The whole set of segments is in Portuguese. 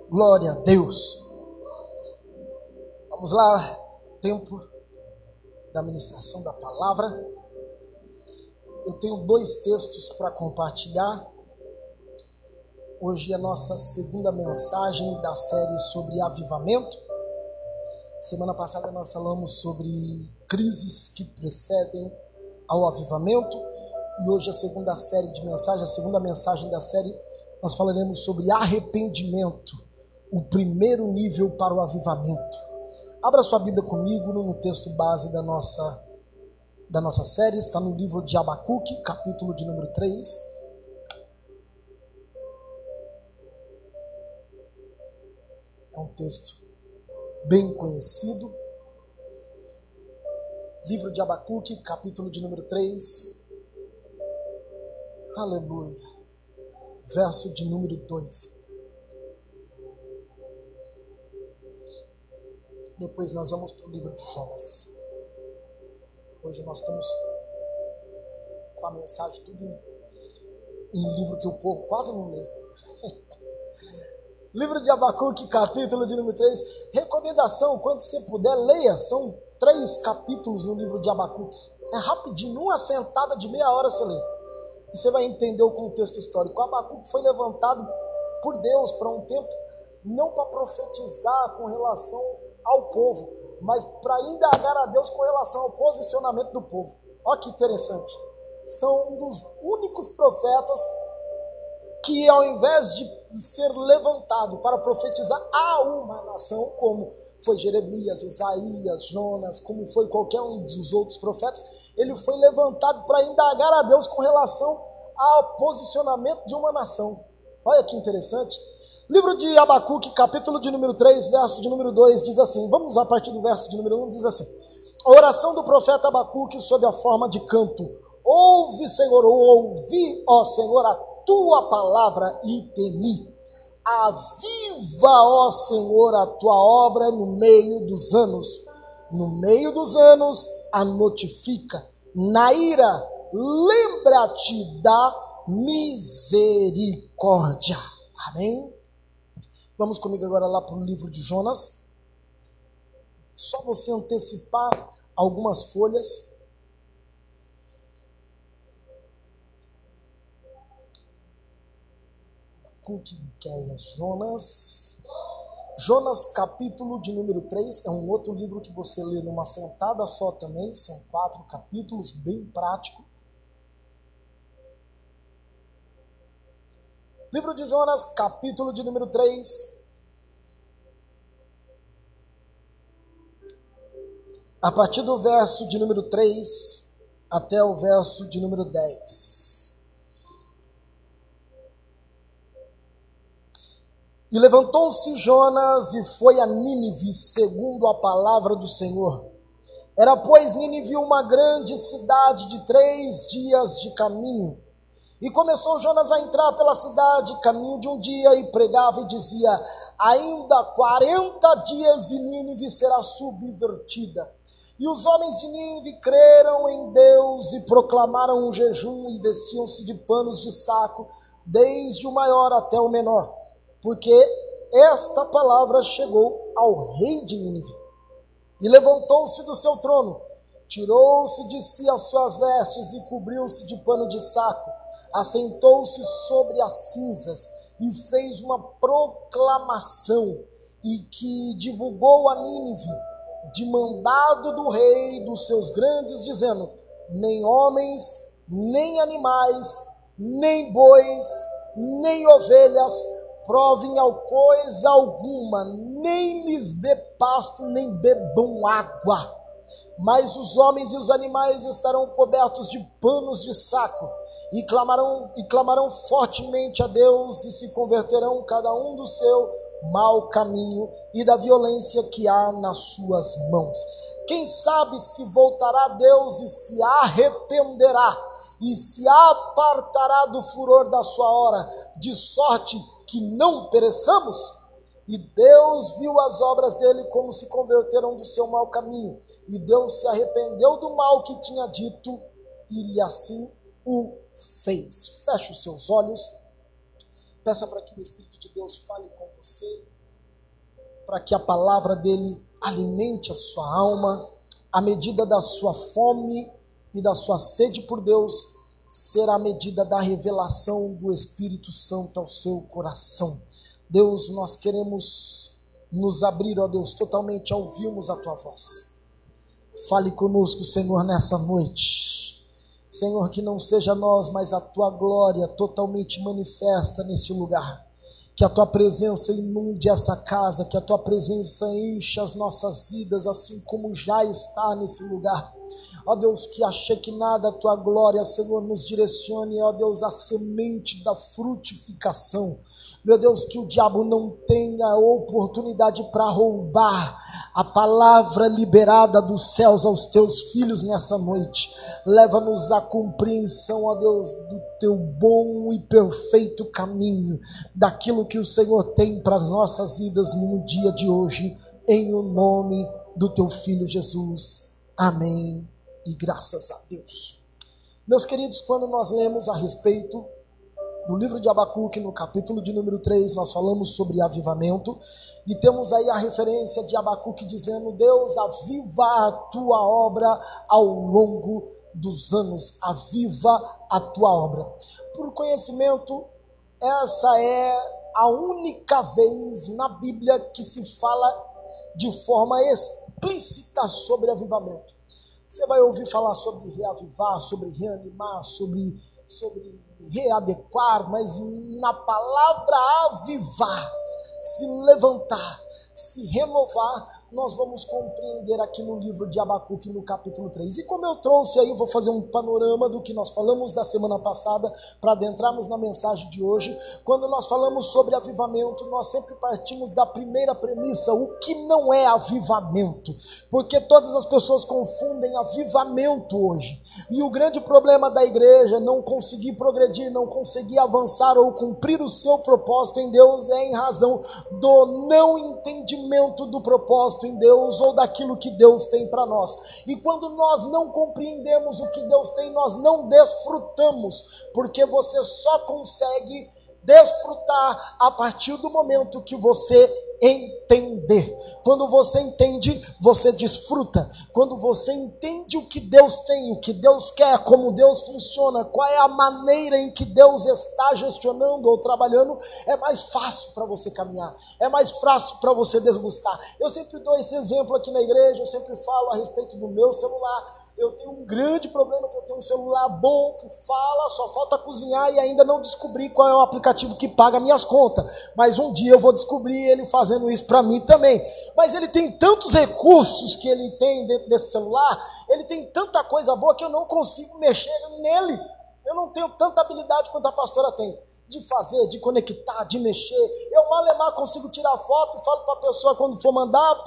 Glória a Deus. Vamos lá, tempo da ministração da palavra. Eu tenho 2 textos para compartilhar. Hoje é a nossa segunda mensagem da série sobre avivamento. Semana passada nós falamos sobre crises que precedem ao avivamento. E hoje a segunda mensagem da série, nós falaremos sobre arrependimento, o primeiro nível para o avivamento. Abra sua Bíblia comigo no texto base da nossa série, está no livro de Abacuque, capítulo de número 3. É um texto bem conhecido. Livro de Abacuque, capítulo de número 3. Aleluia. Verso de número 2. Depois nós vamos para o livro de Jonas. Hoje nós estamos com a mensagem tudo em livro que o povo quase não lê. Livro de Abacuque, capítulo de número 3. Recomendação, quando você puder, leia. São 3 capítulos no livro de Abacuque. É rapidinho, numa sentada de meia hora você lê. E você vai entender o contexto histórico. Abacuque foi levantado por Deus para um tempo, não para profetizar com relação ao povo, mas para indagar a Deus com relação ao posicionamento do povo. Olha que interessante. São um dos únicos profetas que, ao invés de ser levantado para profetizar a uma nação, como foi Jeremias, Isaías, Jonas, como foi qualquer um dos outros profetas, ele foi levantado para indagar a Deus com relação ao posicionamento de uma nação. Olha que interessante. Livro de Abacuque, capítulo de número 3, verso de número 2, diz assim, vamos a partir do verso de número 1, diz assim: a oração do profeta Abacuque sob a forma de canto. Ouve, Senhor, ouvi, ó Senhor, a tua palavra e temi. Aviva, ó Senhor, a tua obra no meio dos anos. No meio dos anos a notifica. Na ira, lembra-te da misericórdia. Amém? Vamos comigo agora lá para o livro de Jonas. Só você antecipar algumas folhas. Jonas, capítulo de número 3, é um outro livro que você lê numa sentada só também, são 4 capítulos, bem prático. Livro de Jonas, capítulo de número 3, a partir do verso de número 3 até o verso de número 10. E levantou-se Jonas e foi a Nínive, segundo a palavra do Senhor. Era, pois, Nínive uma grande cidade de 3 dias de caminho. E começou Jonas a entrar pela cidade, caminho de um dia, e pregava e dizia: ainda 40 dias e Nínive será subvertida. E os homens de Nínive creram em Deus e proclamaram um jejum e vestiam-se de panos de saco, desde o maior até o menor. Porque esta palavra chegou ao rei de Nínive. E levantou-se do seu trono, tirou-se de si as suas vestes e cobriu-se de pano de saco, assentou-se sobre as cinzas e fez uma proclamação, e que divulgou a Nínive, de mandado do rei e dos seus grandes, dizendo: nem homens, nem animais, nem bois, nem ovelhas provem coisa alguma, nem lhes dê pasto, nem bebam água. Mas os homens e os animais estarão cobertos de panos de saco, e clamarão fortemente a Deus, e se converterão cada um do seu mau caminho e da violência que há nas suas mãos. Quem sabe se voltará a Deus e se arrependerá, e se apartará do furor da sua hora, de sorte que não pereçamos? E Deus viu as obras dele, como se converteram do seu mau caminho, e Deus se arrependeu do mal que tinha dito, e lhe assim o fez. Feche os seus olhos, peça para que o Espírito de Deus fale com você para que a palavra dele alimente a sua alma, a medida da sua fome e da sua sede por Deus será a medida da revelação do Espírito Santo ao seu coração. Deus, nós queremos nos abrir, ó Deus, totalmente a ouvirmos a tua voz. Fale conosco, Senhor, nessa noite. Senhor, que não seja nós, mas a tua glória totalmente manifesta nesse lugar. Que a tua presença inunde essa casa, que a tua presença enche as nossas vidas, assim como já está nesse lugar. Ó Deus, que a Shekinah da tua glória, Senhor, nos direcione, ó Deus, a semente da frutificação. Meu Deus, que o diabo não tenha oportunidade para roubar a palavra liberada dos céus aos teus filhos nessa noite. Leva-nos à compreensão, ó Deus, do teu bom e perfeito caminho, daquilo que o Senhor tem para as nossas vidas no dia de hoje, em o nome do teu Filho Jesus. Amém. E graças a Deus. Meus queridos, quando nós lemos a respeito do livro de Abacuque, no capítulo de número 3, nós falamos sobre avivamento, e temos aí a referência de Abacuque dizendo: Deus, aviva a tua obra ao longo dos anos, aviva a tua obra. Por conhecimento, essa é a única vez na Bíblia que se fala de forma explícita sobre avivamento. Você vai ouvir falar sobre reavivar, sobre reanimar, sobre readequar, mas na palavra avivar, se levantar, se renovar, nós vamos compreender aqui no livro de Abacuque, no capítulo 3. E como eu trouxe aí, eu vou fazer um panorama do que nós falamos da semana passada, para adentrarmos na mensagem de hoje. Quando nós falamos sobre avivamento, nós sempre partimos da primeira premissa: o que não é avivamento? Porque todas as pessoas confundem avivamento hoje. E o grande problema da igreja é não conseguir progredir, não conseguir avançar ou cumprir o seu propósito em Deus é em razão do não entendimento do propósito em Deus ou daquilo que Deus tem para nós. E quando nós não compreendemos o que Deus tem, nós não desfrutamos, porque você só consegue desfrutar a partir do momento que você entender. Quando você entende, você desfruta. Quando você entende o que Deus tem, o que Deus quer, como Deus funciona, qual é a maneira em que Deus está gestionando ou trabalhando, é mais fácil para você caminhar, é mais fácil para você desgustar. Eu sempre dou esse exemplo aqui na igreja, eu sempre falo a respeito do meu celular. Eu tenho um grande problema, que eu tenho um celular bom, que fala, só falta cozinhar, e ainda não descobri qual é o aplicativo que paga minhas contas. Mas um dia eu vou descobrir ele fazendo isso para mim também. Mas ele tem tantos recursos que ele tem dentro desse celular, ele tem tanta coisa boa que eu não consigo mexer nele. Eu não tenho tanta habilidade quanto a pastora tem, de fazer, de conectar, de mexer. Eu malemar consigo tirar foto e falo para a pessoa quando for mandar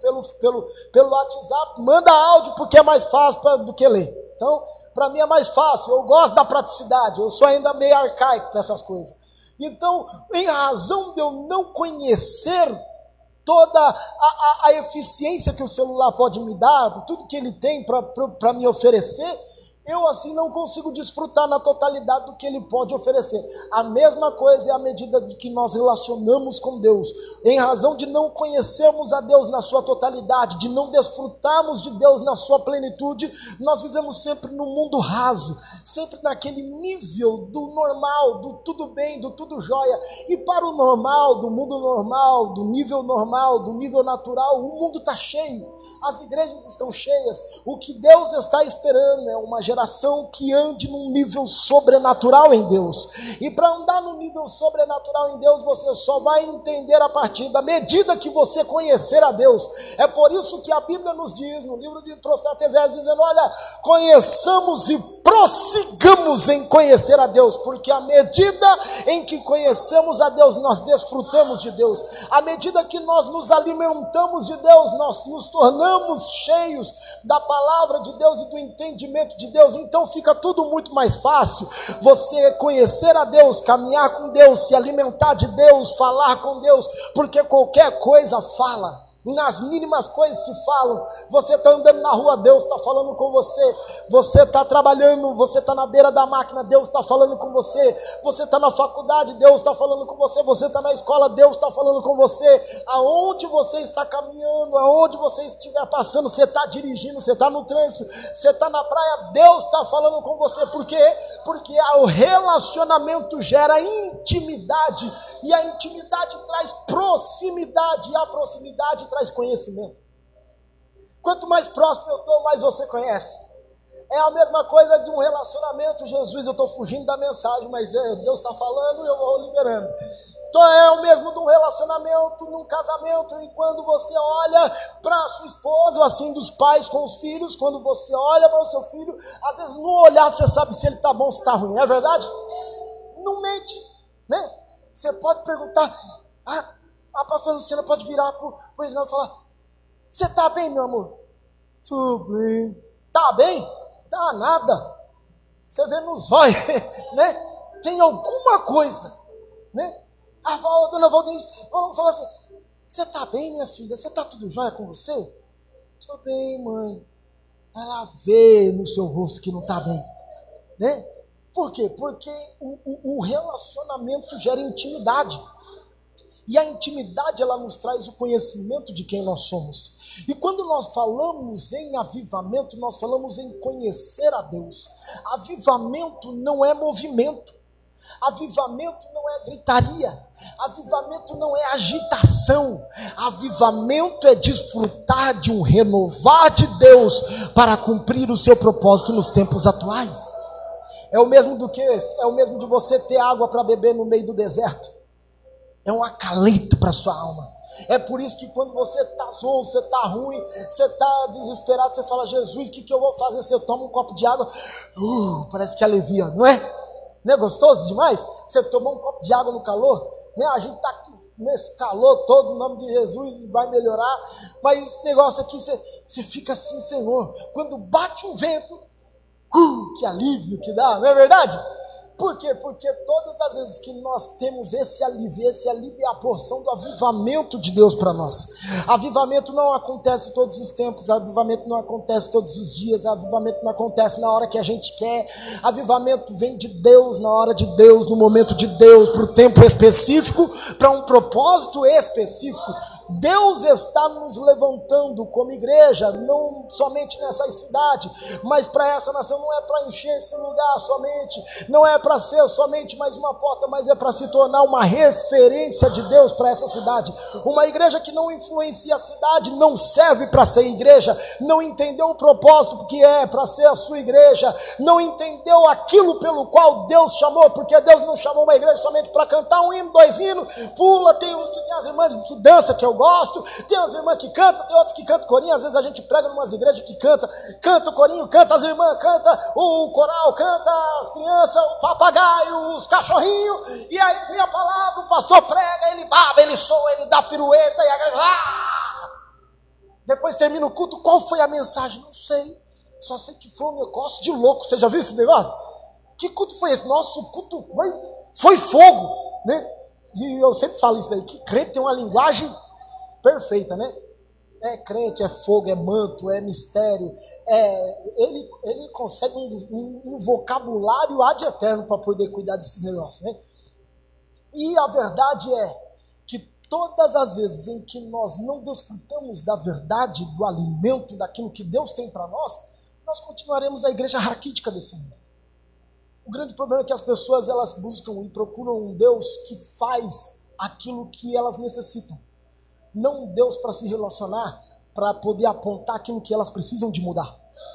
pelo WhatsApp, manda áudio, porque é mais fácil do que ler. Então, para mim é mais fácil, eu gosto da praticidade, eu sou ainda meio arcaico para essas coisas. Então, em razão de eu não conhecer toda a eficiência que o celular pode me dar, tudo que ele tem para me oferecer, eu assim não consigo desfrutar na totalidade do que ele pode oferecer. A mesma coisa é a medida de que nós relacionamos com Deus. Em razão de não conhecermos a Deus na sua totalidade, de não desfrutarmos de Deus na sua plenitude, nós vivemos sempre no mundo raso, sempre naquele nível do normal, do tudo bem, do tudo jóia. E para o normal, do mundo normal, do nível natural, o mundo está cheio, as igrejas estão cheias. O que Deus está esperando é uma geração que ande num nível sobrenatural em Deus. E para andar no nível sobrenatural em Deus, você só vai entender a partir da medida que você conhecer a Deus. É por isso que a Bíblia nos diz, no livro do profeta Esaias, dizendo: olha, conheçamos e prossigamos em conhecer a Deus, porque à medida em que conhecemos a Deus, nós desfrutamos de Deus. À medida que nós nos alimentamos de Deus, nós nos tornamos cheios da palavra de Deus e do entendimento de Deus. Então fica tudo muito mais fácil. Você conhecer a Deus, caminhar com Deus, se alimentar de Deus, falar com Deus, porque qualquer coisa fala. Nas mínimas coisas se falam. Você está andando na rua, Deus está falando com você. Você está trabalhando, você está na beira da máquina, Deus está falando com você. Você está na faculdade, Deus está falando com você. Você está na escola, Deus está falando com você. Aonde você está caminhando, aonde você estiver passando, você está dirigindo, você está no trânsito, você está na praia, Deus está falando com você. Por quê? Porque o relacionamento gera intimidade, e a intimidade traz proximidade, e a proximidade traz conhecimento. Quanto mais próximo eu estou, mais você conhece. É a mesma coisa de um relacionamento. Jesus, eu estou fugindo da mensagem, mas Deus está falando e eu vou liberando. Então é o mesmo de um relacionamento, num casamento. E quando você olha para a sua esposa, ou assim dos pais com os filhos, quando você olha para o seu filho, às vezes no olhar você sabe se ele está bom ou se está ruim, não é verdade? Não mente, né? Você pode perguntar, a pastora Luciana pode virar para o Reginaldo e falar: você está bem, meu amor? Estou bem. Está bem? Tá nada. Você vê nos olhos, né? Tem alguma coisa, né? A dona Valdenice fala assim: você está bem, minha filha? Você está tudo jóia com você? Estou bem, mãe. Ela vê no seu rosto que não está bem, né? Por quê? Porque o relacionamento gera intimidade. E a intimidade, ela nos traz o conhecimento de quem nós somos. E quando nós falamos em avivamento, nós falamos em conhecer a Deus. Avivamento não é movimento. Avivamento não é gritaria. Avivamento não é agitação. Avivamento é desfrutar de um renovar de Deus para cumprir o seu propósito nos tempos atuais. É o mesmo do que esse? É o mesmo de você ter água para beber no meio do deserto. É um acalento para a sua alma. É por isso que quando você está zonzo, você está ruim, você está desesperado, você fala: Jesus, o que eu vou fazer? Você toma um copo de água, parece que alivia, não é? Não é gostoso demais? Você tomar um copo de água no calor, né? A gente está aqui nesse calor todo, no nome de Jesus, vai melhorar. Mas esse negócio aqui, você fica assim: Senhor, quando bate um vento, que alívio que dá, não é verdade? Por quê? Porque todas as vezes que nós temos esse alívio é a porção do avivamento de Deus para nós. Avivamento não acontece todos os tempos, avivamento não acontece todos os dias, avivamento não acontece na hora que a gente quer. Avivamento vem de Deus, na hora de Deus, no momento de Deus, para o tempo específico, para um propósito específico. Deus está nos levantando como igreja, não somente nessa cidade, mas para essa nação. Não é para encher esse lugar somente, não é para ser somente mais uma porta, mas é para se tornar uma referência de Deus para essa cidade. Uma igreja que não influencia a cidade não serve para ser igreja, não entendeu o propósito que é para ser a sua igreja, não entendeu aquilo pelo qual Deus chamou, porque Deus não chamou uma igreja somente para cantar um hino, 2 hinos, pula. Tem uns que tem as irmãs que dançam, que eu gosto, tem as irmãs que cantam, tem outros que cantam corinho. Às vezes a gente prega em umas igrejas que canta o corinho, canta as irmãs, canta o coral, canta as crianças, o papagaio, os cachorrinhos, e aí vem a palavra, o pastor prega, ele baba, ele soa, ele dá pirueta, e a igreja, depois termina o culto. Qual foi a mensagem? Não sei, só sei que foi um negócio de louco. Você já viu esse negócio? Que culto foi esse? Nosso culto foi fogo, né? E eu sempre falo isso daí, que crente tem uma linguagem perfeita, né? É crente, é fogo, é manto, é mistério. Ele consegue um vocabulário ad eterno para poder cuidar desses negócios, né? E a verdade é que todas as vezes em que nós não desfrutamos da verdade, do alimento, daquilo que Deus tem para nós continuaremos a igreja raquítica desse mundo. O grande problema é que as pessoas, elas buscam e procuram um Deus que faz aquilo que elas necessitam. Não um Deus para se relacionar, para poder apontar aquilo que elas precisam de mudar.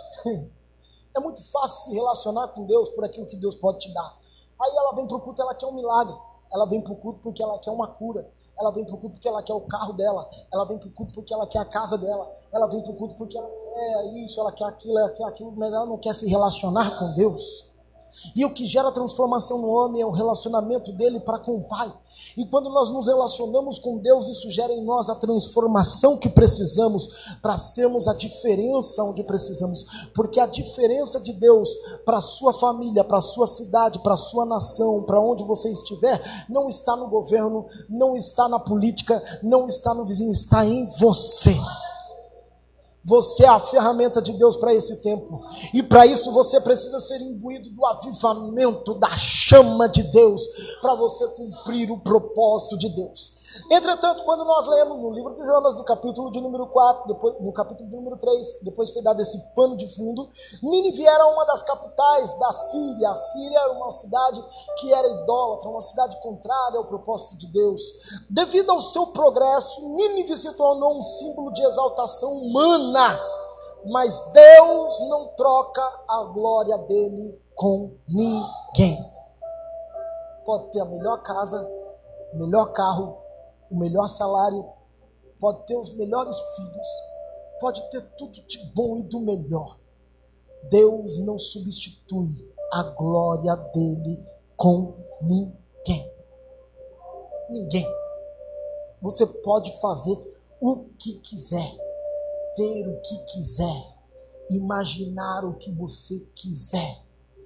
É muito fácil se relacionar com Deus por aquilo que Deus pode te dar. Aí ela vem para o culto, ela quer um milagre. Ela vem para o culto porque ela quer uma cura. Ela vem para o culto porque ela quer o carro dela. Ela vem para o culto porque ela quer a casa dela. Ela vem para o culto porque ela quer isso, ela quer aquilo, mas ela não quer se relacionar com Deus. E o que gera transformação no homem é o relacionamento dele para com o Pai. E quando nós nos relacionamos com Deus, isso gera em nós a transformação que precisamos para sermos a diferença onde precisamos. Porque a diferença de Deus para a sua família, para a sua cidade, para a sua nação, para onde você estiver, não está no governo, não está na política, não está no vizinho, está em você. Você é a ferramenta de Deus para esse tempo. E para isso você precisa ser imbuído do avivamento, da chama de Deus, para você cumprir o propósito de Deus. Entretanto, quando nós lemos no livro de Jonas, no capítulo de número 4, depois, no capítulo de número 3, depois de ter dado esse pano de fundo, Nínive era uma das capitais da Síria. A Síria era uma cidade que era idólatra, uma cidade contrária ao propósito de Deus. Devido ao seu progresso, Nínive se tornou um símbolo de exaltação humana, mas Deus não troca a glória dele com ninguém. Pode ter a melhor casa, o melhor carro, o melhor salário, pode ter os melhores filhos, pode ter tudo de bom e do melhor. Deus não substitui a glória dele com ninguém. Ninguém. Você pode fazer o que quiser, ter o que quiser, imaginar o que você quiser.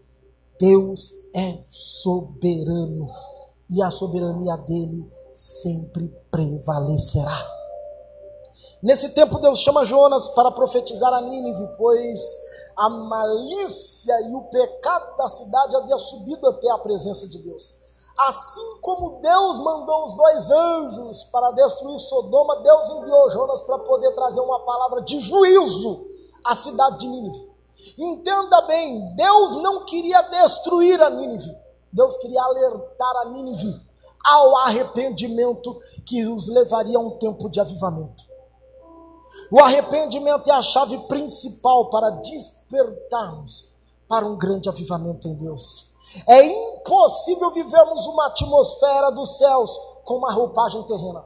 Deus é soberano e a soberania dele sempre prevalecerá. Nesse tempo Deus chama Jonas para profetizar a Nínive, pois a malícia e o pecado da cidade havia subido até a presença de Deus. Assim como Deus mandou os 2 anjos para destruir Sodoma, Deus enviou Jonas para poder trazer uma palavra de juízo à cidade de Nínive. Entenda bem, Deus não queria destruir a Nínive, Deus queria alertar a Nínive ao arrependimento que os levaria a um tempo de avivamento. O arrependimento é a chave principal para despertarmos para um grande avivamento em Deus. É impossível vivermos uma atmosfera dos céus com uma roupagem terrena.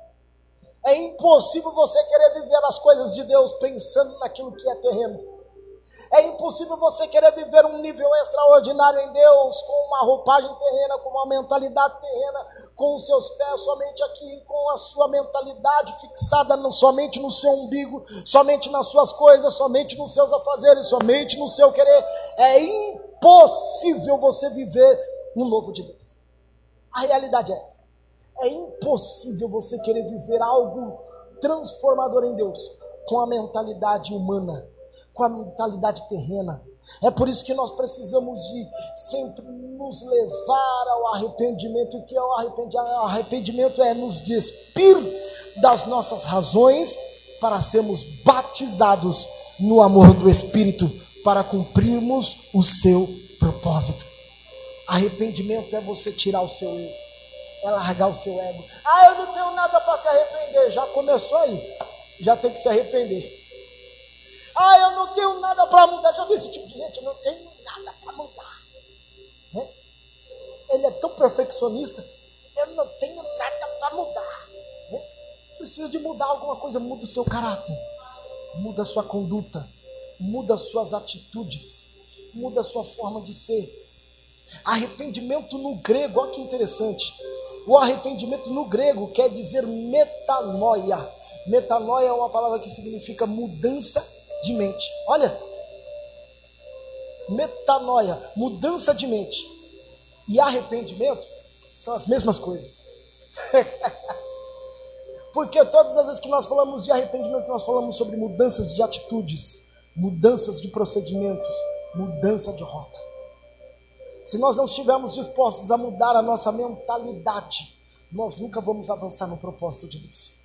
É impossível você querer viver as coisas de Deus pensando naquilo que é terreno. É impossível você querer viver um nível extraordinário em Deus com uma roupagem terrena, com uma mentalidade terrena, com os seus pés somente aqui, com a sua mentalidade fixada somente no seu umbigo, somente nas suas coisas, somente nos seus afazeres, somente no seu querer. É impossível você viver um novo de Deus. A realidade é essa. É impossível você querer viver algo transformador em Deus com a mentalidade humana, com a mentalidade terrena. É por isso que nós precisamos de sempre nos levar ao arrependimento. O que é o arrependimento? O arrependimento é nos despir das nossas razões para sermos batizados no amor do Espírito, para cumprirmos o seu propósito. Arrependimento é você tirar o seu eu, é largar o seu ego. Eu não tenho nada para se arrepender. Já começou aí, já tem que se arrepender. Eu não tenho nada para mudar. Já vi esse tipo de gente? Eu não tenho nada para mudar. Né? Ele é tão perfeccionista. Eu não tenho nada para mudar. Né? Precisa de mudar alguma coisa. Muda o seu caráter, muda a sua conduta, muda as suas atitudes, muda a sua forma de ser. Arrependimento no grego, olha que interessante. O arrependimento no grego quer dizer metanoia. Metanoia é uma palavra que significa mudança de mente. Olha, metanoia, mudança de mente, e arrependimento são as mesmas coisas. Porque todas as vezes que nós falamos de arrependimento, nós falamos sobre mudanças de atitudes, mudanças de procedimentos, mudança de rota. Se nós não estivermos dispostos a mudar a nossa mentalidade, nós nunca vamos avançar no propósito de Deus.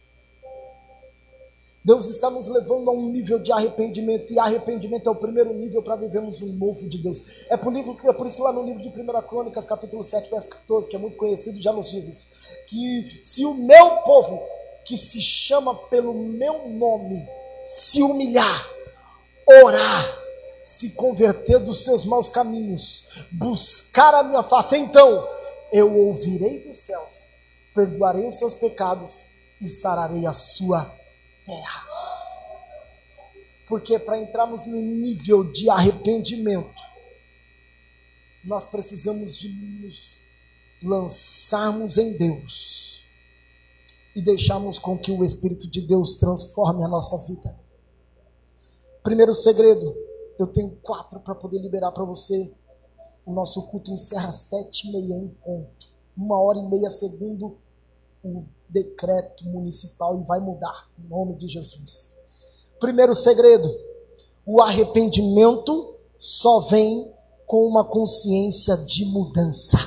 Deus está nos levando a um nível de arrependimento, e arrependimento é o primeiro nível para vivermos um novo de Deus. É por isso que lá no livro de 1 Crônicas, capítulo 7, verso 14, que é muito conhecido, já nos diz isso, que se o meu povo, que se chama pelo meu nome, se humilhar, orar, se converter dos seus maus caminhos, buscar a minha face, então eu ouvirei dos céus, perdoarei os seus pecados e sararei a sua terra. Porque para entrarmos no nível de arrependimento, nós precisamos de nos lançarmos em Deus e deixarmos com que o Espírito de Deus transforme a nossa vida. Primeiro segredo, eu tenho 4 para poder liberar para você. O nosso culto encerra às 7h30 em ponto. 1h30 segundo o decreto municipal, e vai mudar, em nome de Jesus. Primeiro segredo, o arrependimento só vem com uma consciência de mudança.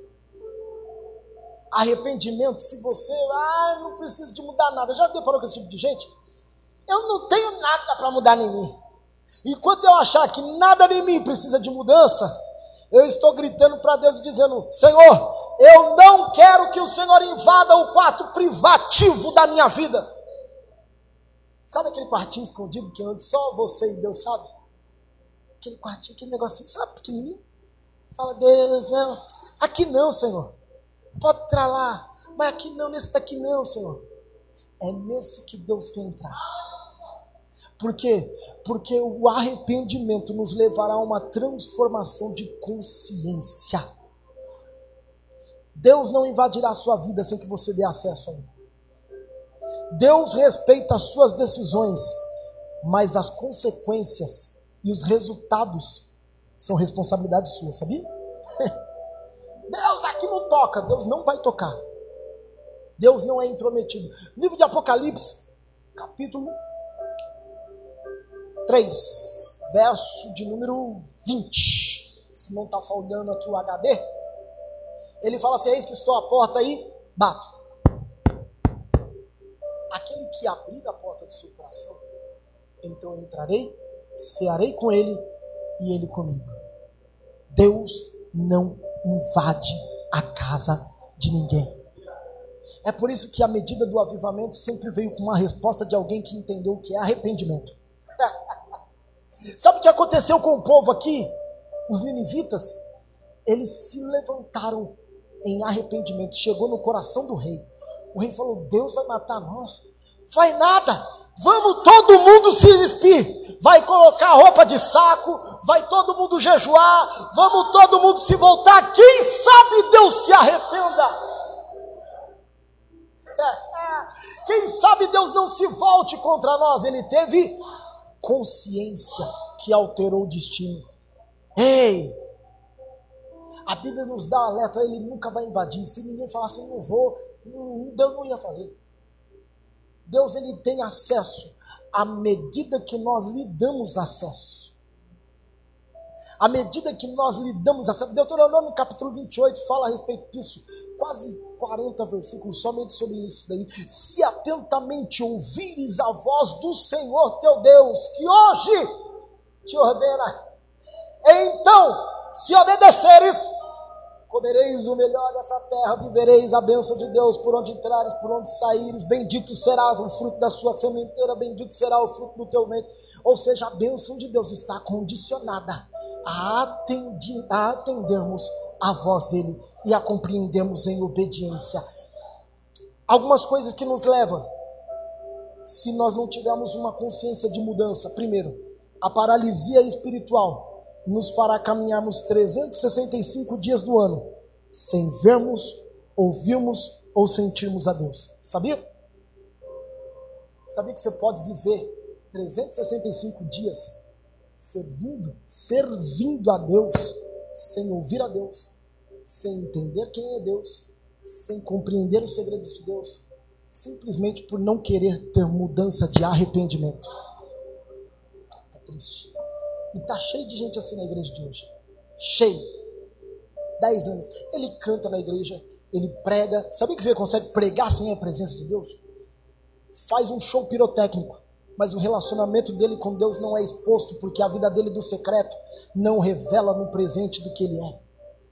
Arrependimento, se você, não preciso de mudar nada. Já deparou com esse tipo de gente? Eu não tenho nada para mudar em mim. Enquanto eu achar que nada em mim precisa de mudança, eu estou gritando para Deus e dizendo: Senhor, eu não quero que o Senhor invada o quarto privativo da minha vida. Sabe aquele quartinho escondido que onde só você e Deus sabe? Aquele quartinho, aquele negocinho, sabe, pequenininho? Fala: Deus, não, aqui não, Senhor. Pode entrar lá, mas aqui não, nesse daqui não, Senhor. É nesse que Deus quer entrar. Por quê? Porque o arrependimento nos levará a uma transformação de consciência. Deus não invadirá a sua vida sem que você dê acesso a Ele. Deus respeita as suas decisões, mas as consequências e os resultados são responsabilidade sua, sabia? Deus aqui não toca, Deus não vai tocar. Deus não é intrometido. Livro de Apocalipse, capítulo 3, verso de número 20. Se não está falhando aqui o HD, ele fala assim: eis que estou à porta aí, bato. Aquele que abrir a porta do seu coração, então eu entrarei, cearei com ele e ele comigo. Deus não invade a casa de ninguém. É por isso que a medida do avivamento sempre veio com uma resposta de alguém que entendeu o que é arrependimento. Sabe o que aconteceu com o povo aqui? Os ninivitas, eles se levantaram em arrependimento. Chegou no coração do rei. O rei falou: Deus vai matar nós? Vai nada, vamos todo mundo se despir. Vai colocar roupa de saco, vai todo mundo jejuar, vamos todo mundo se voltar. Quem sabe Deus se arrependa? Quem sabe Deus não se volte contra nós? Ele teve consciência que alterou o destino. Ei, a Bíblia nos dá alerta: ele nunca vai invadir. Se ninguém falasse não vou, Deus não ia fazer. Deus, ele tem acesso à medida que nós lhe damos acesso. À medida que nós lhe damos acesso. Deuteronômio capítulo 28 fala a respeito disso. Quase 40 versículos somente sobre isso daí. Se atentamente ouvires a voz do Senhor teu Deus, que hoje te ordena, então, se obedeceres, comereis o melhor dessa terra, vivereis a bênção de Deus por onde entrares, por onde saíres. Bendito será o fruto da sua sementeira, bendito será o fruto do teu ventre. Ou seja, a bênção de Deus está condicionada a atendermos a voz dele e a compreendermos em obediência. Algumas coisas que nos levam, se nós não tivermos uma consciência de mudança. Primeiro, a paralisia espiritual nos fará caminharmos 365 dias do ano sem vermos, ouvirmos ou sentirmos a Deus. Sabia? Sabia que você pode viver 365 dias servindo a Deus, sem ouvir a Deus, sem entender quem é Deus, sem compreender os segredos de Deus, simplesmente por não querer ter mudança de arrependimento. É triste. E está cheio de gente assim na igreja de hoje. Cheio. 10 anos. Ele canta na igreja, ele prega. Sabia que você consegue pregar sem a presença de Deus? Faz um show pirotécnico, mas o relacionamento dele com Deus não é exposto, porque a vida dele do secreto não revela no presente do que ele é.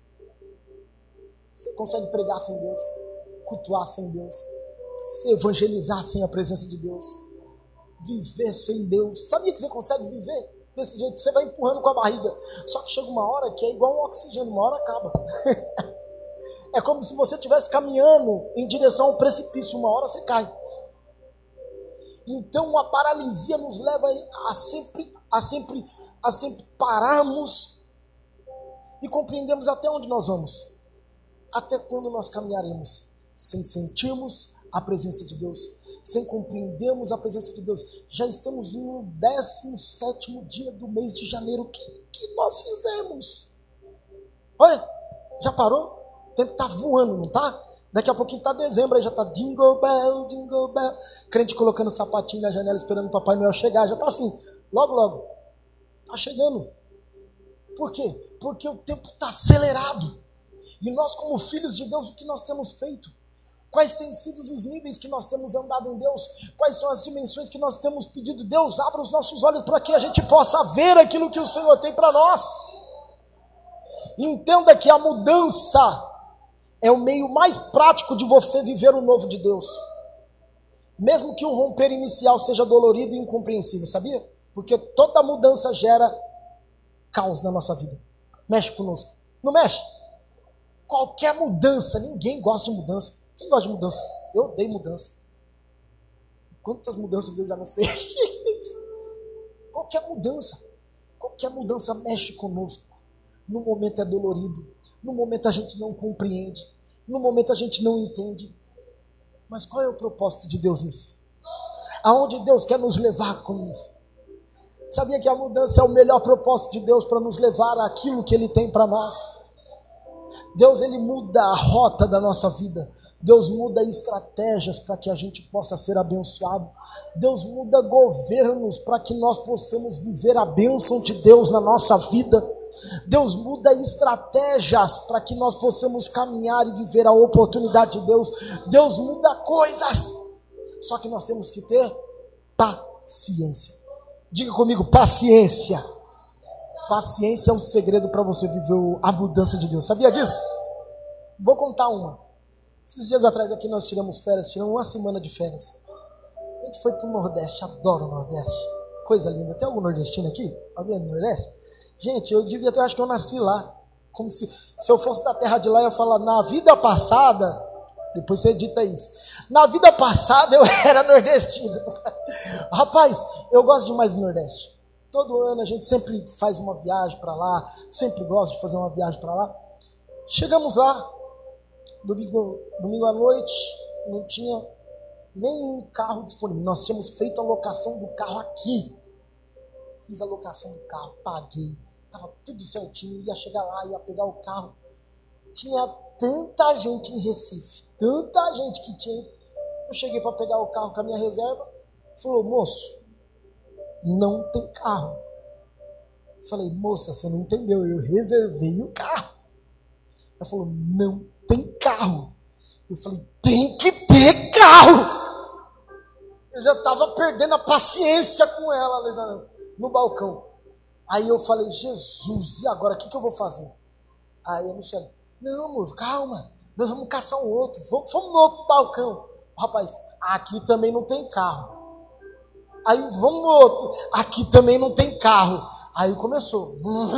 Você consegue pregar sem Deus, cultuar sem Deus, se evangelizar sem a presença de Deus, viver sem Deus. Sabia que você consegue viver desse jeito? Você vai empurrando com a barriga, só que chega uma hora que é igual um oxigênio, uma hora acaba. É como se você estivesse caminhando em direção ao precipício, uma hora você cai. Então a paralisia nos leva a sempre pararmos e compreendemos até onde nós vamos. Até quando nós caminharemos sem sentirmos a presença de Deus, sem compreendermos a presença de Deus? Já estamos no 17º dia do mês de janeiro. O que nós fizemos? Olha, já parou? O tempo está voando, não está? Daqui a pouquinho está dezembro, aí já está jingle bell, jingle bell. Crente colocando sapatinho na janela, esperando o Papai Noel chegar. Já está assim, logo, logo. Está chegando. Por quê? Porque o tempo está acelerado. E nós, como filhos de Deus, o que nós temos feito? Quais têm sido os níveis que nós temos andado em Deus? Quais são as dimensões que nós temos pedido? Deus, abra os nossos olhos para que a gente possa ver aquilo que o Senhor tem para nós. Entenda que a mudança é o meio mais prático de você viver o novo de Deus. Mesmo que o romper inicial seja dolorido e incompreensível, sabia? Porque toda mudança gera caos na nossa vida. Mexe conosco. Não mexe? Qualquer mudança, ninguém gosta de mudança. Quem gosta de mudança? Eu odeio mudança. Quantas mudanças Deus já não fez? Qualquer mudança mexe conosco. No momento é dolorido, no momento a gente não compreende, no momento a gente não entende. Mas qual é o propósito de Deus nisso? Aonde Deus quer nos levar com isso? Sabia que a mudança é o melhor propósito de Deus para nos levar àquilo que Ele tem para nós? Deus, Ele muda a rota da nossa vida. Deus muda estratégias para que a gente possa ser abençoado. Deus muda governos para que nós possamos viver a bênção de Deus na nossa vida. Deus muda estratégias para que nós possamos caminhar e viver a oportunidade de Deus. Deus muda coisas. Só que nós temos que ter paciência. Diga comigo, paciência. Paciência é um segredo para você viver a mudança de Deus. Sabia disso? Vou contar uma. Esses dias atrás aqui nós tiramos uma semana de férias. A gente foi para o Nordeste, adoro o Nordeste. Coisa linda. Tem algum nordestino aqui? Alguém do Nordeste? Gente, eu acho que eu nasci lá. Como se eu fosse da terra de lá, eu ia falar, na vida passada, depois você edita isso. Na vida passada eu era nordestino. Rapaz, eu gosto demais do Nordeste. Todo ano a gente sempre faz uma viagem para lá, sempre gosto de fazer uma viagem para lá. Chegamos lá, domingo à noite, não tinha nenhum carro disponível. Nós tínhamos feito a locação do carro aqui. Fiz a locação do carro, paguei, estava tudo certinho, ia chegar lá, ia pegar o carro. Tinha tanta gente em Recife, tanta gente que tinha. Eu cheguei para pegar o carro com a minha reserva, falou, moço, não tem carro. Eu falei, moça, você não entendeu, eu reservei o carro. Ela falou, não tem carro. Eu falei, tem que ter carro. Eu já estava perdendo a paciência com ela no balcão. Aí eu falei, Jesus, e agora o que eu vou fazer? Aí a Michelle, não amor, calma, nós vamos caçar um outro, vamos no outro balcão. Rapaz, aqui também não tem carro. Aí vamos no outro, aqui também não tem carro. Aí começou,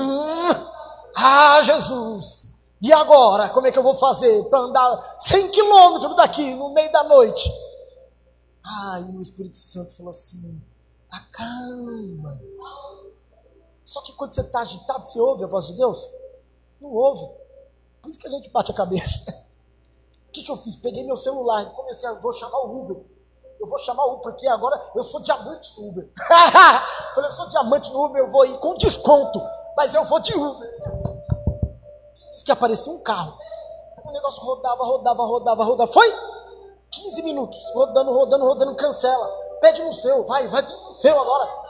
Jesus, e agora, como é que eu vou fazer para andar 100 quilômetros daqui, no meio da noite? Aí o Espírito Santo falou assim, acalma. Só que quando você está agitado, você ouve a voz de Deus? Não ouve. Por isso que a gente bate a cabeça. O que eu fiz? Peguei meu celular e comecei vou chamar o Uber. Eu vou chamar o Uber, porque agora eu sou diamante no Uber. Falei, eu sou diamante no Uber, eu vou ir com desconto, mas eu vou de Uber. Diz que apareceu um carro. O negócio rodava. Foi 15 minutos, rodando, cancela. Pede no seu, vai no seu agora.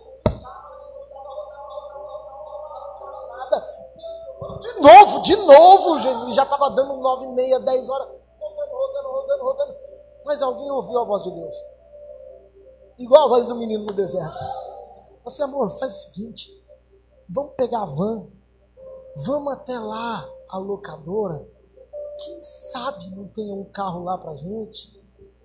De novo, Jesus, já estava dando 9h30, 10 horas, rodando. Mas alguém ouviu a voz de Deus. Igual a voz do menino no deserto. Assim, amor, faz o seguinte, vamos pegar a van, vamos até lá, a locadora, quem sabe não tem um carro lá pra gente?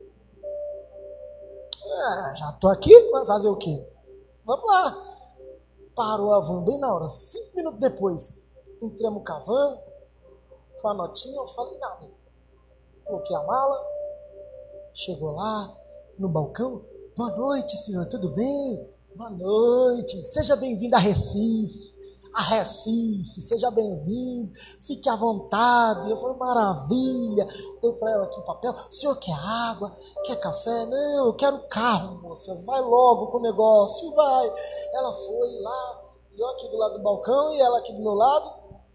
Já estou aqui, vai fazer o quê? Vamos lá. Parou a van bem na hora, 5 minutos depois, entramos com a van, com a notinha, eu falei nada. Coloquei a mala, chegou lá no balcão, boa noite senhor, tudo bem? Boa noite, seja bem-vindo a Recife. a Recife, seja bem-vindo, fique à vontade. Eu falei, maravilha. Dei para ela aqui o papel. O senhor quer água? Quer café? Não, eu quero carro, moça. Vai logo com o negócio, vai. Ela foi lá, eu aqui do lado do balcão e ela aqui do meu lado.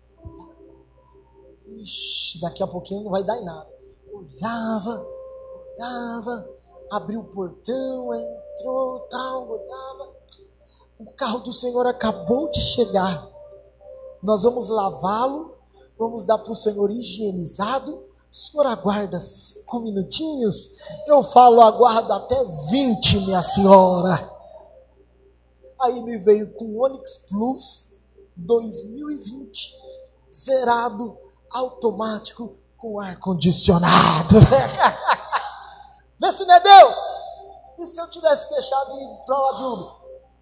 Ixi, daqui a pouquinho não vai dar em nada. Olhava, abriu o portão, entrou, tal, olhava. O carro do Senhor acabou de chegar. Nós vamos lavá-lo, vamos dar para o Senhor higienizado. O Senhor aguarda 5 minutinhos. Eu falo, aguardo até 20, minha senhora. Aí me veio com o Onix Plus 2020, zerado, automático, com ar-condicionado. Vê se não é Deus. E se eu tivesse deixado ir para lá de Uber?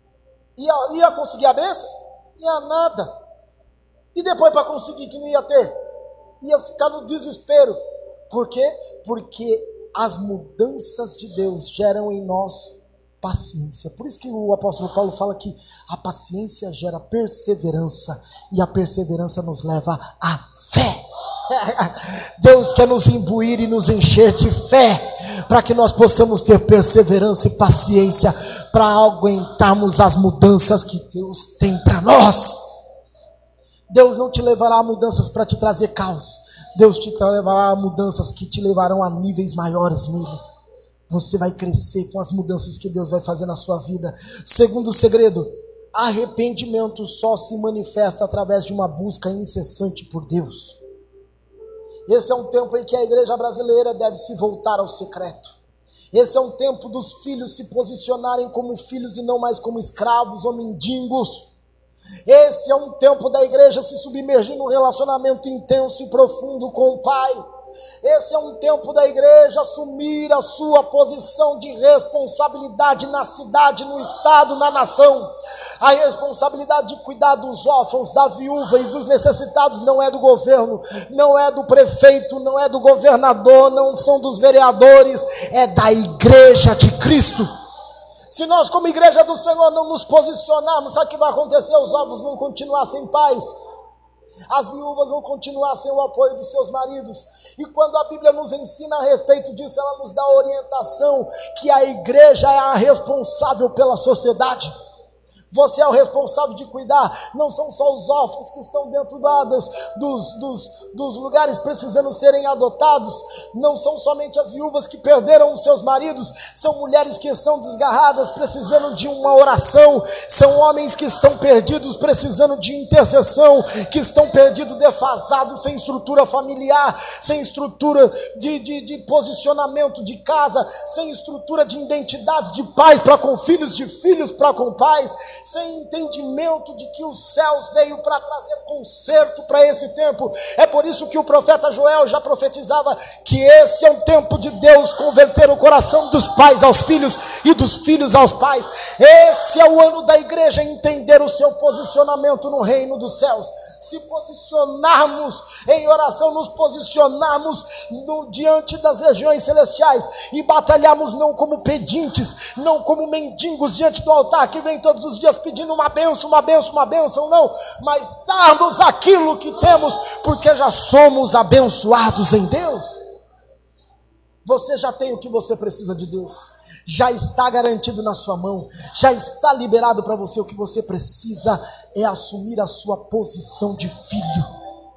Ia conseguir a bênção? Ia nada. E depois para conseguir que não ia ter? Ia ficar no desespero. Por quê? Porque as mudanças de Deus geram em nós paciência. Por isso que o apóstolo Paulo fala que a paciência gera perseverança. E a perseverança nos leva à fé. Deus quer nos imbuir e nos encher de fé, para que nós possamos ter perseverança e paciência, para aguentarmos as mudanças que Deus tem para nós. Deus não te levará a mudanças para te trazer caos. Deus te levará a mudanças que te levarão a níveis maiores nele. Você vai crescer com as mudanças que Deus vai fazer na sua vida. Segundo segredo, arrependimento só se manifesta através de uma busca incessante por Deus. Esse é um tempo em que a igreja brasileira deve se voltar ao secreto. Esse é um tempo dos filhos se posicionarem como filhos e não mais como escravos ou mendigos. Esse é um tempo da igreja se submergir num relacionamento intenso e profundo com o Pai. Esse é um tempo da igreja assumir a sua posição de responsabilidade na cidade, no estado, na nação. A responsabilidade de cuidar dos órfãos, da viúva e dos necessitados não é do governo, não é do prefeito, não é do governador, não são dos vereadores, é da igreja de Cristo. Se nós como igreja do Senhor não nos posicionarmos, sabe o que vai acontecer? Os órfãos vão continuar sem paz. As viúvas vão continuar sem o apoio dos seus maridos. E quando a Bíblia nos ensina a respeito disso, ela nos dá a orientação que a igreja é a responsável pela sociedade. Você é o responsável de cuidar. Não são só os órfãos que estão dentro dos lugares precisando serem adotados. Não são somente as viúvas que perderam os seus maridos. São mulheres que estão desgarradas, precisando de uma oração. São homens que estão perdidos, precisando de intercessão. Que estão perdidos, defasados, sem estrutura familiar, sem estrutura de posicionamento de casa, sem estrutura de identidade de pais para com filhos, de filhos para com pais, sem entendimento de que os céus veio para trazer conserto para esse tempo. É por isso que o profeta Joel já profetizava que esse é um tempo de Deus converter o coração dos pais aos filhos e dos filhos aos pais. Esse é o ano da igreja entender o seu posicionamento no reino dos céus. Se posicionarmos em oração, nos posicionarmos diante das regiões celestiais e batalharmos não como pedintes, não como mendigos diante do altar que vem todos os dias pedindo uma bênção, não, mas darmos aquilo que temos, porque já somos abençoados em Deus. Você já tem o que você precisa de Deus, já está garantido na sua mão, já está liberado para você. O que você precisa é assumir a sua posição de filho.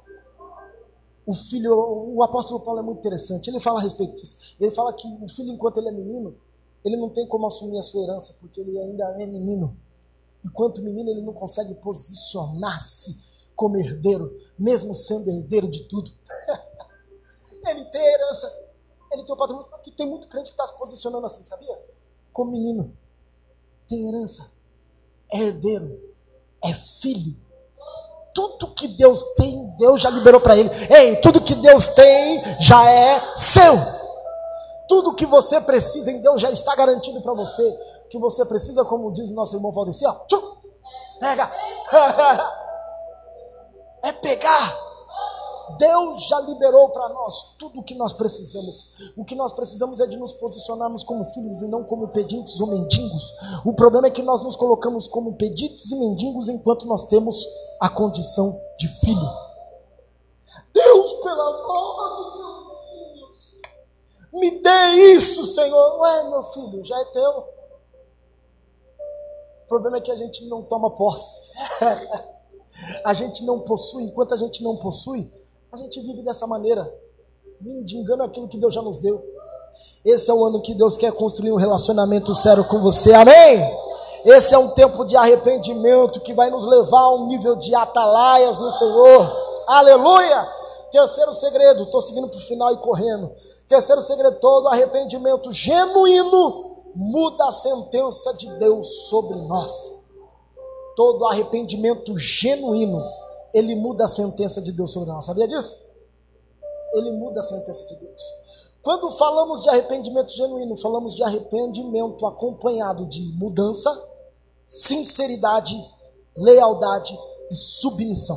O apóstolo Paulo é muito interessante, ele fala a respeito disso. Ele fala que o filho, enquanto ele é menino, ele não tem como assumir a sua herança, porque ele ainda é menino. Enquanto menino, ele não consegue posicionar-se como herdeiro, mesmo sendo herdeiro de tudo. Ele tem a herança, ele tem o patrimônio, só que tem muito crente que está se posicionando assim, sabia? Como menino, tem herança, é herdeiro, é filho. Tudo que Deus tem, Deus já liberou para ele. Ei, tudo que Deus tem já é seu. Tudo que você precisa em Deus já está garantido para você. O que você precisa, como diz o nosso irmão Valdeci, ó, pega. É pegar. Deus já liberou para nós tudo o que nós precisamos. O que nós precisamos é de nos posicionarmos como filhos e não como pedintes ou mendigos. O problema é que nós nos colocamos como pedintes e mendigos enquanto nós temos a condição de filho. Deus, pelo amor do seu filho, me dê isso, Senhor. Ué, meu filho, já é teu. O problema é que a gente não toma posse. A gente não possui. Enquanto a gente não possui, a gente vive dessa maneira, mendigando aquilo que Deus já nos deu. Esse é o ano que Deus quer construir um relacionamento sério com você, amém? Esse é um tempo de arrependimento que vai nos levar a um nível de atalaias no Senhor, aleluia! Terceiro segredo, estou seguindo para o final e correndo. Terceiro segredo, todo arrependimento genuíno muda a sentença de Deus sobre nós. Todo arrependimento genuíno, ele muda a sentença de Deus sobre nós. Sabia disso? Ele muda a sentença de Deus. Quando falamos de arrependimento genuíno, falamos de arrependimento acompanhado de mudança, sinceridade, lealdade e submissão.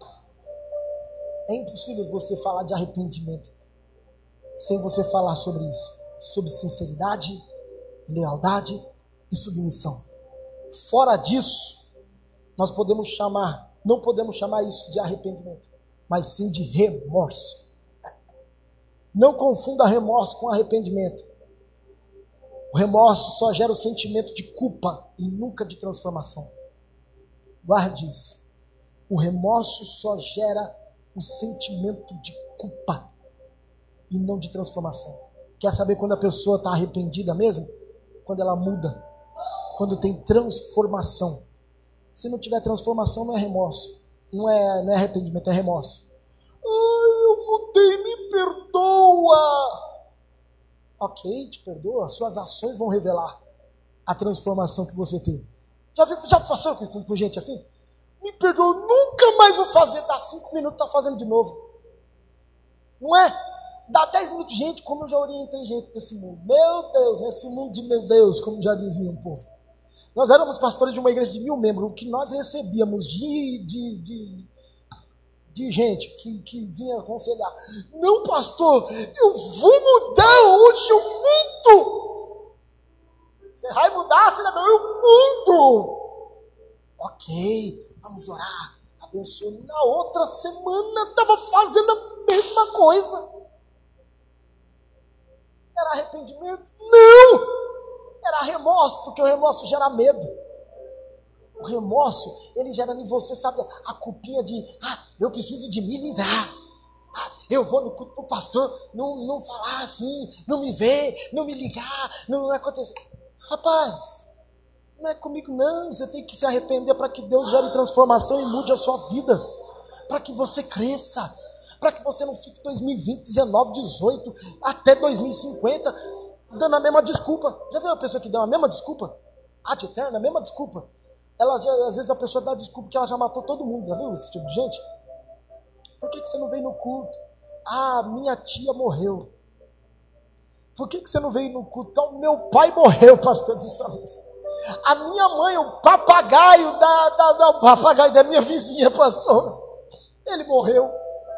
É impossível você falar de arrependimento sem você falar sobre isso. Sobre sinceridade, lealdade e submissão. Fora disso, nós não podemos chamar isso de arrependimento, mas sim de remorso. Não confunda remorso com arrependimento. O remorso só gera o sentimento de culpa e nunca de transformação. Guarde isso. O remorso só gera o sentimento de culpa e não de transformação. Quer saber quando a pessoa está arrependida mesmo? Quando ela muda. Quando tem transformação. Se não tiver transformação, não é remorso. Não é arrependimento, é remorso. Ai, eu mudei, me perdoa. Ok, te perdoa. Suas ações vão revelar a transformação que você teve. Já passou com gente assim? Me perdoa, nunca mais vou fazer. Dá 5 minutos, tá fazendo de novo. Não é? Dá 10 minutos, gente, como eu já orientei gente nesse mundo. Meu Deus, nesse mundo de meu Deus, como já dizia um povo. Nós éramos pastores de uma igreja de 1000 membros. O que nós recebíamos de gente que vinha aconselhar. Não, pastor, eu vou mudar hoje, eu mudo. Você vai mudar, cidadão? Eu mudo. Ok, vamos orar, abençoe. Na outra semana estava fazendo a mesma coisa. Era arrependimento? Não! Era remorso, porque o remorso gera medo. O remorso, ele gera em você, sabe, a culpinha de, eu preciso de me livrar. Eu vou no culto pro pastor, não falar assim, não me ver, não me ligar, não acontecer. Rapaz, não é comigo não, você tem que se arrepender para que Deus gere transformação e mude a sua vida. Para que você cresça, para que você não fique 2020, 19, 18, até 2050, dando a mesma desculpa. Já viu uma pessoa que dá a mesma desculpa? Ad eterna, a mesma desculpa. Às vezes a pessoa dá desculpa que ela já matou todo mundo. Já viu esse tipo de gente? Por que você não veio no culto? Minha tia morreu. Por que você não veio no culto? Então, meu pai morreu, pastor, dessa vez. A minha mãe, o papagaio papagaio da minha vizinha, pastor, ele morreu.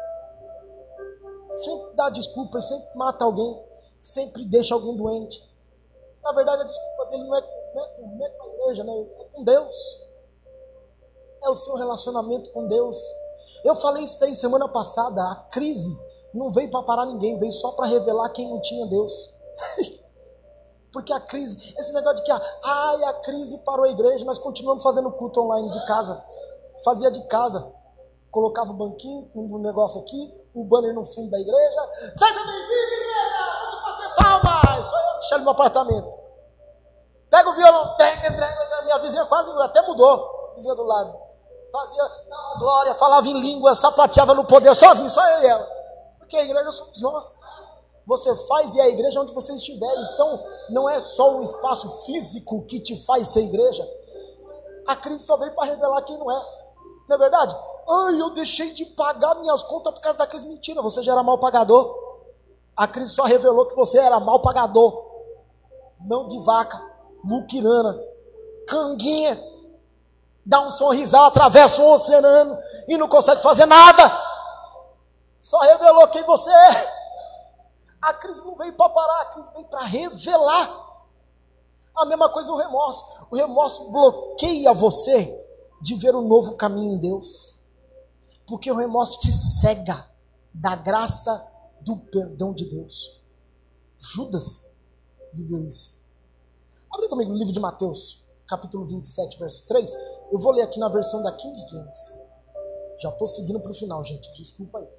Sempre dá desculpa, sempre mata alguém, sempre deixa alguém doente. Na verdade, a desculpa dele não é com a igreja, né? É com Deus. É o seu relacionamento com Deus. Eu falei isso daí semana passada. A crise não veio para parar ninguém, veio só para revelar quem não tinha Deus. Porque a crise, esse negócio de que a crise parou a igreja, nós continuamos fazendo culto online de casa. Fazia de casa. Colocava o banquinho com um negócio aqui, o banner no fundo da igreja. Seja bem-vindo, igreja! Vamos bater palmas! Sou eu, Michele, no meu apartamento. Pega o violão, entrega. Minha vizinha quase até mudou, vizinha do lado. Fazia glória, falava em língua, sapateava no poder, sozinho, só eu e ela. Porque a igreja somos nós. Você faz e é a igreja onde você estiver. Então, não é só um espaço físico que te faz ser igreja. A crise só veio para revelar quem não é. Não é verdade? Eu deixei de pagar minhas contas por causa da crise. Mentira, você já era mal pagador. A crise só revelou que você era mal pagador. Mão de vaca, muquirana, canguinha. Dá um sorrisal, atravessa o oceano e não consegue fazer nada. Só revelou quem você é. A crise não veio para parar, a crise veio para revelar. A mesma coisa o remorso. O remorso bloqueia você de ver um novo caminho em Deus. Porque o remorso te cega da graça do perdão de Deus. Judas viveu isso. Abre comigo no livro de Mateus, capítulo 27, verso 3. Eu vou ler aqui na versão da King James. Já estou seguindo para o final, gente. Desculpa aí.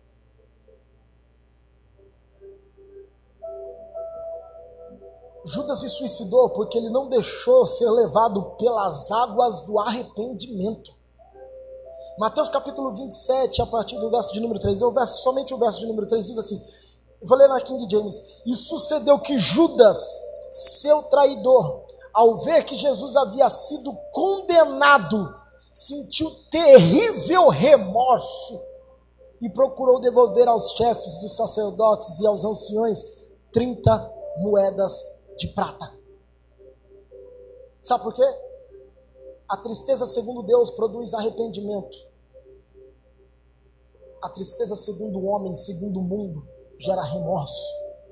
Judas se suicidou porque ele não deixou ser levado pelas águas do arrependimento. Mateus capítulo 27, a partir do verso de número 3, somente o verso de número 3 diz assim, eu vou ler na King James, e sucedeu que Judas, seu traidor, ao ver que Jesus havia sido condenado, sentiu terrível remorso e procurou devolver aos chefes dos sacerdotes e aos anciões 30 moedas de prata. Sabe por quê? A tristeza segundo Deus produz arrependimento. A tristeza segundo o homem, segundo o mundo, gera remorso.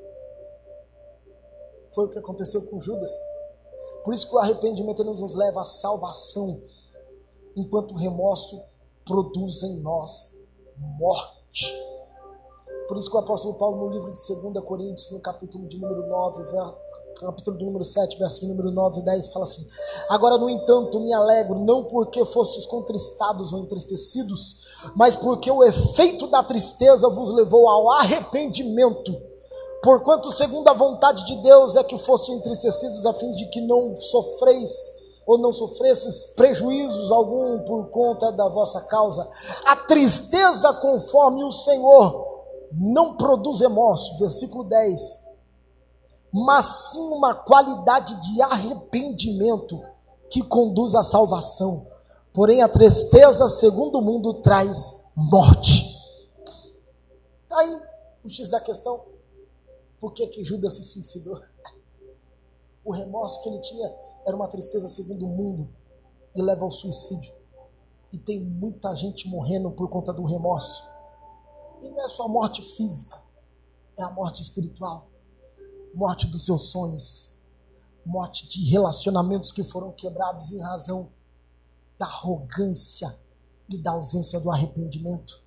Foi o que aconteceu com Judas. Por isso que o arrependimento nos leva à salvação, enquanto o remorso produz em nós morte. Por isso que o apóstolo Paulo, no livro de 2 Coríntios, no capítulo de número 9, capítulo de número 7, verso de número 9 e 10, fala assim, agora, no entanto, me alegro, não porque fostes contristados ou entristecidos, mas porque o efeito da tristeza vos levou ao arrependimento, porquanto, segundo a vontade de Deus, é que fostes entristecidos a fim de que não sofresses prejuízos algum por conta da vossa causa. A tristeza conforme o Senhor não produz remorso, versículo 10, mas sim uma qualidade de arrependimento que conduz à salvação. Porém, a tristeza, segundo o mundo, traz morte. Está aí o X da questão. Por que Judas se suicidou? O remorso que ele tinha era uma tristeza segundo o mundo e leva ao suicídio. E tem muita gente morrendo por conta do remorso. E não é só a morte física, é a morte espiritual. Morte dos seus sonhos, morte de relacionamentos que foram quebrados em razão da arrogância e da ausência do arrependimento.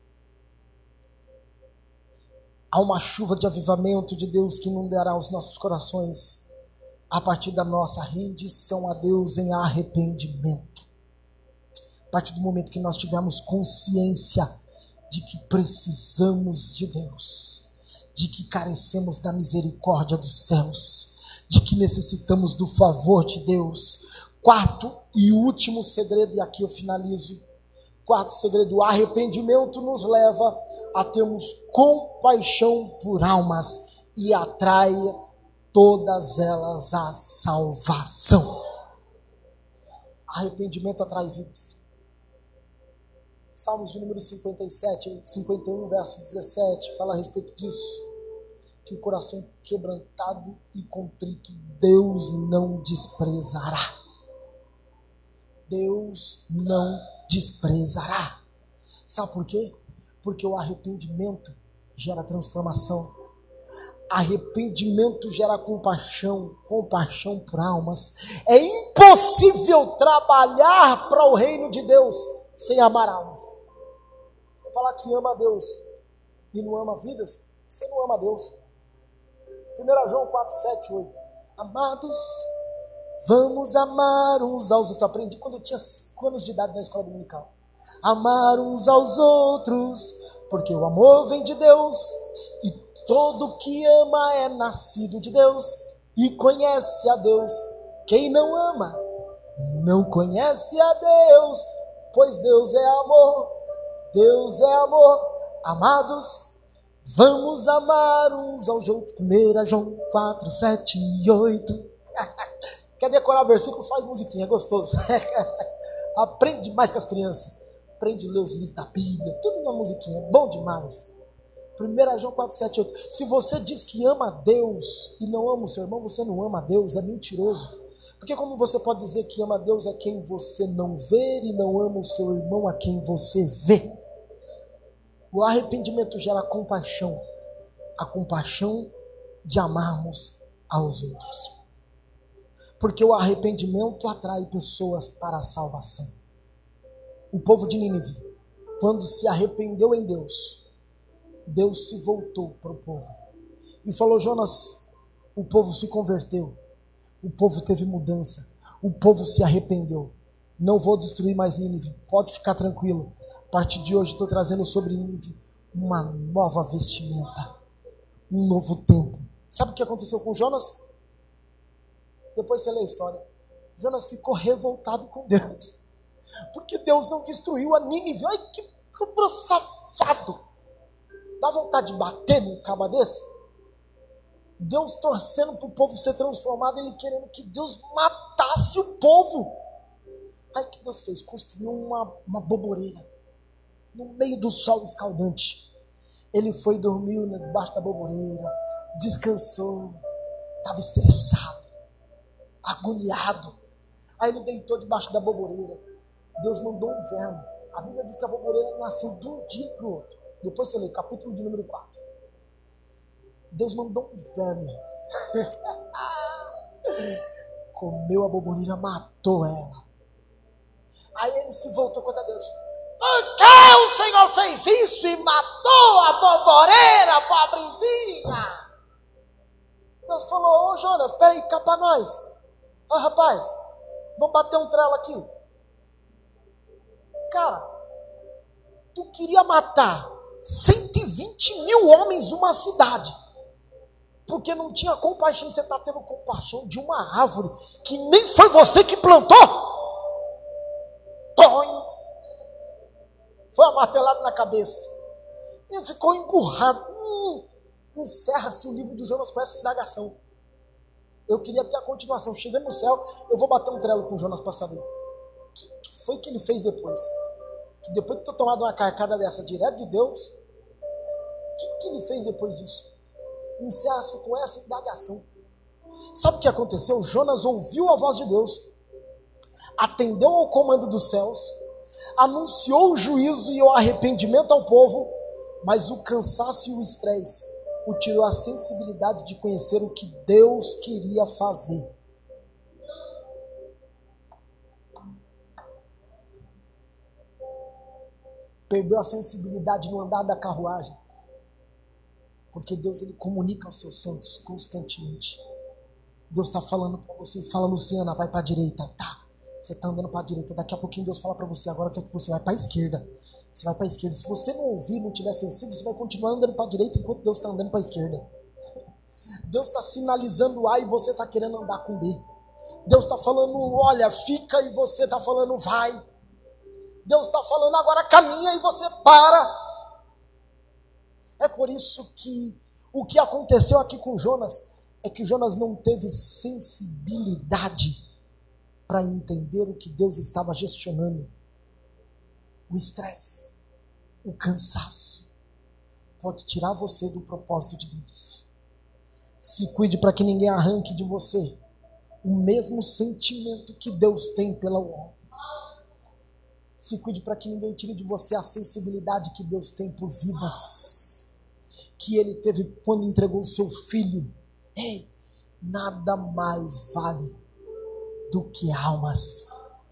Há uma chuva de avivamento de Deus que inundará os nossos corações a partir da nossa rendição a Deus em arrependimento. A partir do momento que nós tivermos consciência de que precisamos de Deus, de que carecemos da misericórdia dos céus, de que necessitamos do favor de Deus. Quarto e último segredo, e aqui eu finalizo. Quarto segredo, o arrependimento nos leva a termos compaixão por almas e atrai todas elas à salvação. Arrependimento atrai vidas. Salmos de número 51, verso 17, fala a respeito disso, que o coração quebrantado e contrito Deus não desprezará. Deus não desprezará. Sabe por quê? Porque o arrependimento gera transformação. Arrependimento gera compaixão por almas. É impossível trabalhar para o reino de Deus sem amar almas. Você falar que ama a Deus e não ama vidas, você não ama a Deus. 1 João 4, 7, 8. Amados, vamos amar uns aos outros. Aprendi quando eu tinha 5 anos de idade na escola dominical. Amar uns aos outros, porque o amor vem de Deus, e todo que ama é nascido de Deus e conhece a Deus. Quem não ama, não conhece a Deus, pois Deus é amor. Deus é amor. Amados, vamos amar uns aos outros. 1 João 4, 7 e 8. Quer decorar o versículo? Faz musiquinha, é gostoso. Aprende demais com as crianças. Aprende a ler os livros da Bíblia, tudo na musiquinha, bom demais. 1 João 4, 7 e 8. Se você diz que ama a Deus e não ama o seu irmão, você não ama a Deus, é mentiroso. Porque como você pode dizer que ama a Deus a quem você não vê e não ama o seu irmão a quem você vê? O arrependimento gera compaixão. A compaixão de amarmos aos outros. Porque o arrependimento atrai pessoas para a salvação. O povo de Nínive, quando se arrependeu em Deus, Deus se voltou para o povo e falou: Jonas, o povo se converteu, o povo teve mudança, o povo se arrependeu. Não vou destruir mais Nínive, pode ficar tranquilo. A partir de hoje estou trazendo sobre Nínive uma nova vestimenta, um novo tempo. Sabe o que aconteceu com Jonas? Depois você lê a história. Jonas ficou revoltado com Deus, porque Deus não destruiu a Nínive. Ai, que safado! Dá vontade de bater num caba desse? Deus torcendo para o povo ser transformado, ele querendo que Deus matasse o povo. Aí o que Deus fez? Construiu uma boboreira no meio do sol escaldante. Ele foi dormir debaixo da boboreira, descansou, estava estressado, agoniado. Aí ele deitou debaixo da boboreira. Deus mandou um verme. A Bíblia diz que a boboreira nasceu de um dia para o outro. Depois você lê, capítulo de número 4. Deus mandou um verme. Comeu a boboreira, matou ela. Aí ele se voltou contra Deus. Por que o Senhor fez isso e matou a boboreira, pobrezinha? Deus falou: ô Jonas, peraí, cá pra nós. Ó rapaz, vamos bater um trelo aqui. Cara, tu queria matar 120 mil homens de uma cidade, porque não tinha compaixão. Você está tendo compaixão de uma árvore que nem foi você que plantou? Tonho! Foi uma martelada na cabeça. Ele ficou emburrado. Encerra-se o livro de Jonas com essa indagação. Eu queria ter a continuação. Chegando no céu, eu vou bater um trelo com Jonas para saber o que foi que ele fez depois. Que depois de ter tomado uma carcada dessa direto de Deus, o que ele fez depois disso? Encerra-se com essa indagação. Sabe o que aconteceu? Jonas ouviu a voz de Deus, atendeu ao comando dos céus, anunciou o juízo e o arrependimento ao povo, mas o cansaço e o estresse o tirou a sensibilidade de conhecer o que Deus queria fazer. Perdeu a sensibilidade no andar da carruagem, porque Deus, ele comunica aos seus santos constantemente. Deus está falando para você, fala: Luciana, vai para a direita. Tá, você está andando para a direita. Daqui a pouquinho Deus fala para você: agora quer que você vai para a esquerda. Você vai para a esquerda. Se você não ouvir, não tiver sensível, você vai continuar andando para a direita enquanto Deus está andando para a esquerda. Deus está sinalizando A e você está querendo andar com B. Deus está falando: olha, fica, e você está falando: vai. Deus está falando: agora caminha, e você para. É por isso que o que aconteceu aqui com Jonas é que Jonas não teve sensibilidade para entender o que Deus estava gestionando. O estresse, o cansaço pode tirar você do propósito de Deus. Se cuide para que ninguém arranque de você o mesmo sentimento que Deus tem pela obra. Se cuide para que ninguém tire de você a sensibilidade que Deus tem por vidas, que Ele teve quando entregou o seu filho. Ei, nada mais vale do que almas.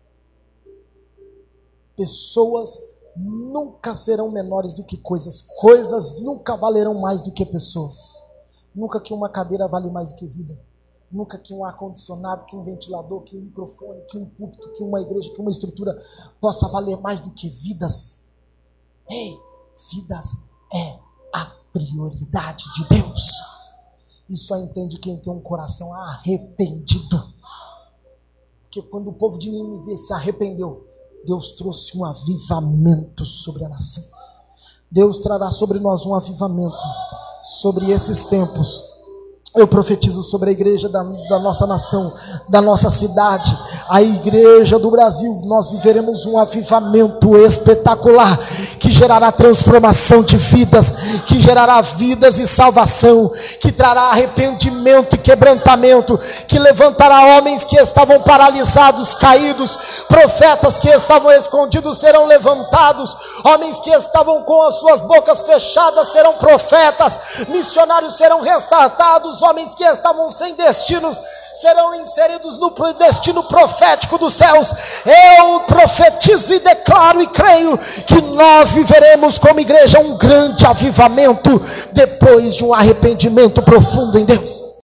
Pessoas nunca serão menores do que coisas. Coisas nunca valerão mais do que pessoas. Nunca que uma cadeira vale mais do que vida. Nunca que um ar-condicionado, que um ventilador, que um microfone, que um púlpito, que uma igreja, que uma estrutura possa valer mais do que vidas. Ei, vidas é a prioridade de Deus. E só entende quem tem um coração arrependido. Porque quando o povo de Nínive se arrependeu, Deus trouxe um avivamento sobre a nação. Deus trará sobre nós um avivamento sobre esses tempos. Eu profetizo sobre a igreja da nossa nação, da nossa cidade, A igreja do Brasil, nós viveremos um avivamento espetacular, que gerará transformação de vidas, que gerará vidas e salvação, que trará arrependimento e quebrantamento, que levantará homens que estavam paralisados, caídos, profetas que estavam escondidos serão levantados, homens que estavam com as suas bocas fechadas serão profetas, missionários serão restartados, homens que estavam sem destinos serão inseridos no destino profético dos céus. Eu profetizo e declaro e creio que nós viveremos como igreja um grande avivamento depois de um arrependimento profundo em Deus.